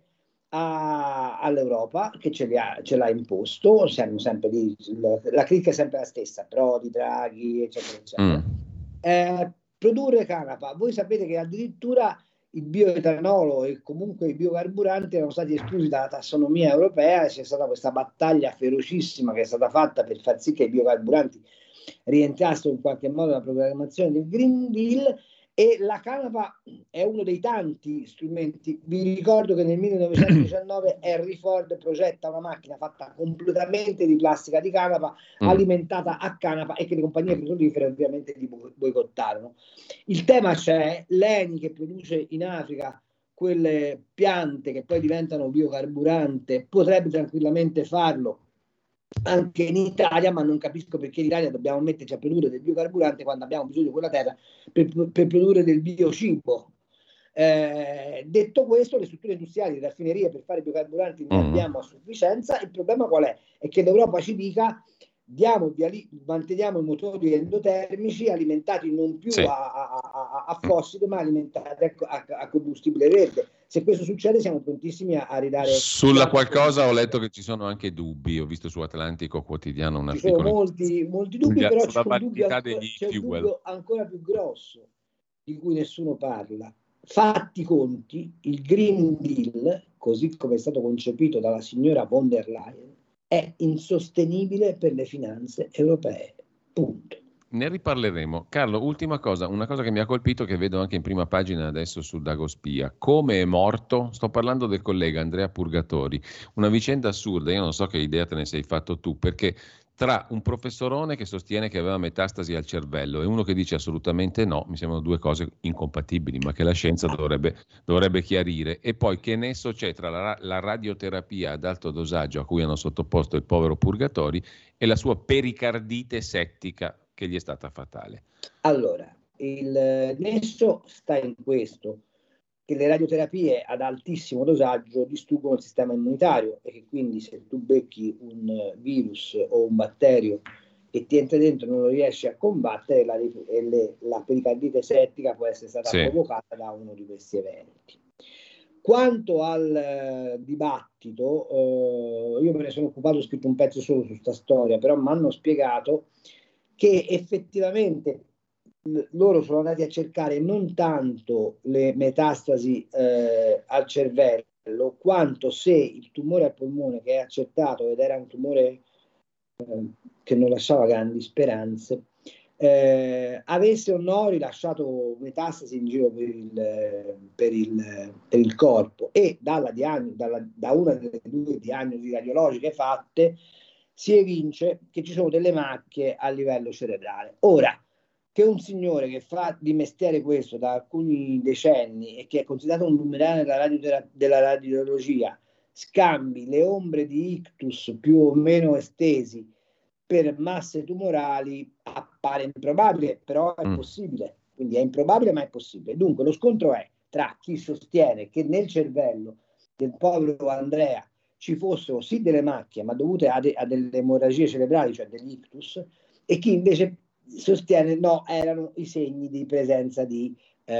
all'Europa che ce l'ha imposto. Siamo sempre lì, la cricca è sempre la stessa, Prodi, Draghi, eccetera eccetera. Produrre canapa, voi sapete che addirittura il bioetanolo e comunque i biocarburanti erano stati esclusi dalla tassonomia europea, e c'è stata questa battaglia ferocissima che è stata fatta per far sì che i biocarburanti rientrassero in qualche modo nella programmazione del Green Deal. E la canapa è uno dei tanti strumenti. Vi ricordo che nel 1919 Henry Ford progetta una macchina fatta completamente di plastica di canapa, alimentata a canapa, e che le compagnie petrolifere ovviamente li boicottarono. Il tema c'è, l'ENI che produce in Africa quelle piante che poi diventano biocarburante potrebbe tranquillamente farlo anche in Italia, ma non capisco perché in Italia dobbiamo metterci a produrre del biocarburante quando abbiamo bisogno di quella terra per produrre del biocibo. Detto questo, le strutture industriali, le raffinerie per fare biocarburanti ne abbiamo a sufficienza. Il problema qual è? È che l'Europa ci dica manteniamo i motori endotermici alimentati non più a fossile, ma alimentati a combustibile verde. Se questo succede siamo prontissimi a ridare. Sulla qualcosa ho letto che ci sono anche dubbi, ho visto su Atlantico Quotidiano un articolo. Ci sono molti dubbi, però c'è un dubbio ancora più grosso di cui nessuno parla. Fatti i conti, il Green Deal, così come è stato concepito dalla signora von der Leyen, è insostenibile per le finanze europee. Punto. Ne riparleremo. Carlo, ultima cosa, una cosa che mi ha colpito, che vedo anche in prima pagina adesso su Dagospia. Come è morto? Sto parlando del collega Andrea Purgatori. Una vicenda assurda, io non so che idea te ne sei fatto tu, perché tra un professorone che sostiene che aveva metastasi al cervello e uno che dice assolutamente no, mi sembrano due cose incompatibili, ma che la scienza dovrebbe chiarire. E poi che nesso c'è tra la radioterapia ad alto dosaggio a cui hanno sottoposto il povero Purgatori e la sua pericardite settica che gli è stata fatale. Allora, il nesso sta in questo, che le radioterapie ad altissimo dosaggio distruggono il sistema immunitario e che quindi se tu becchi un virus o un batterio che ti entra dentro e non lo riesci a combattere, la pericardite settica può essere stata provocata da uno di questi eventi. Quanto al dibattito, io me ne sono occupato, ho scritto un pezzo solo su questa storia, però mi hanno spiegato che effettivamente loro sono andati a cercare non tanto le metastasi al cervello, quanto se il tumore al polmone che è accertato, ed era un tumore che non lasciava grandi speranze, avesse o no rilasciato metastasi in giro per il corpo, e da una delle due diagnosi radiologiche fatte si evince che ci sono delle macchie a livello cerebrale. Ora, che un signore che fa di mestiere questo da alcuni decenni e che è considerato un luminare della radiologia scambi le ombre di ictus più o meno estesi per masse tumorali appare improbabile, però è possibile. Quindi è improbabile, ma è possibile. Dunque lo scontro è tra chi sostiene che nel cervello del povero Andrea ci fossero sì delle macchie, ma dovute a delle emorragie cerebrali, cioè degli ictus, e chi invece sostiene no, erano i segni di presenza di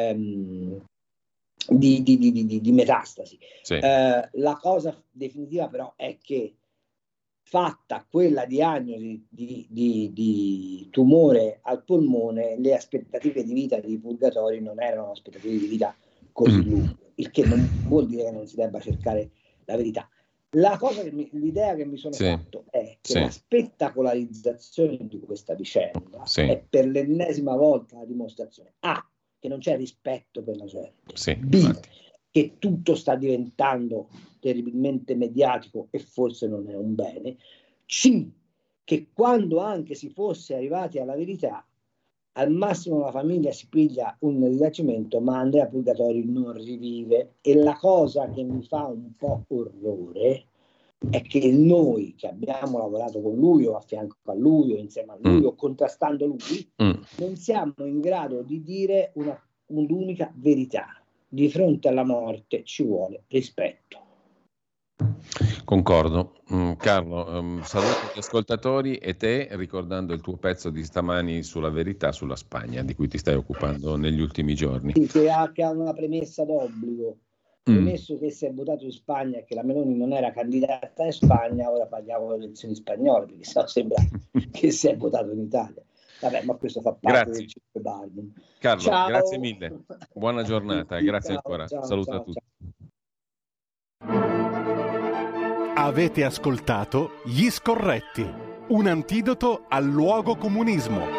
metastasi. Sì. La cosa definitiva però è che fatta quella diagnosi di tumore al polmone, le aspettative di vita di Purgatori non erano aspettative di vita così lunghe, il che non vuol dire che non si debba cercare la verità. L'idea che mi sono fatto è che la spettacolarizzazione di questa vicenda è per l'ennesima volta la dimostrazione A, che non c'è rispetto per la gente, B, che tutto sta diventando terribilmente mediatico e forse non è un bene, C, che quando anche si fosse arrivati alla verità, al massimo la famiglia si piglia un risarcimento, ma Andrea Purgatori non rivive. E la cosa che mi fa un po' orrore è che noi che abbiamo lavorato con lui o a fianco a lui o insieme a lui o contrastando lui, non siamo in grado di dire un'unica verità. Di fronte alla morte ci vuole rispetto. Concordo. Carlo, saluto gli ascoltatori e te, ricordando il tuo pezzo di stamani sulla verità sulla Spagna, di cui ti stai occupando negli ultimi giorni. Sì, che ha una premessa d'obbligo. Premesso che si è votato in Spagna e che la Meloni non era candidata in Spagna, ora parliamo delle elezioni spagnole, perché sennò sembra che si è votato in Italia. Vabbè, ma questo fa parte del Cinque Barbum. Carlo, ciao. Grazie mille. Buona giornata e grazie ancora. Saluto a tutti. Avete ascoltato Gli Scorretti, un antidoto al luogo comunismo.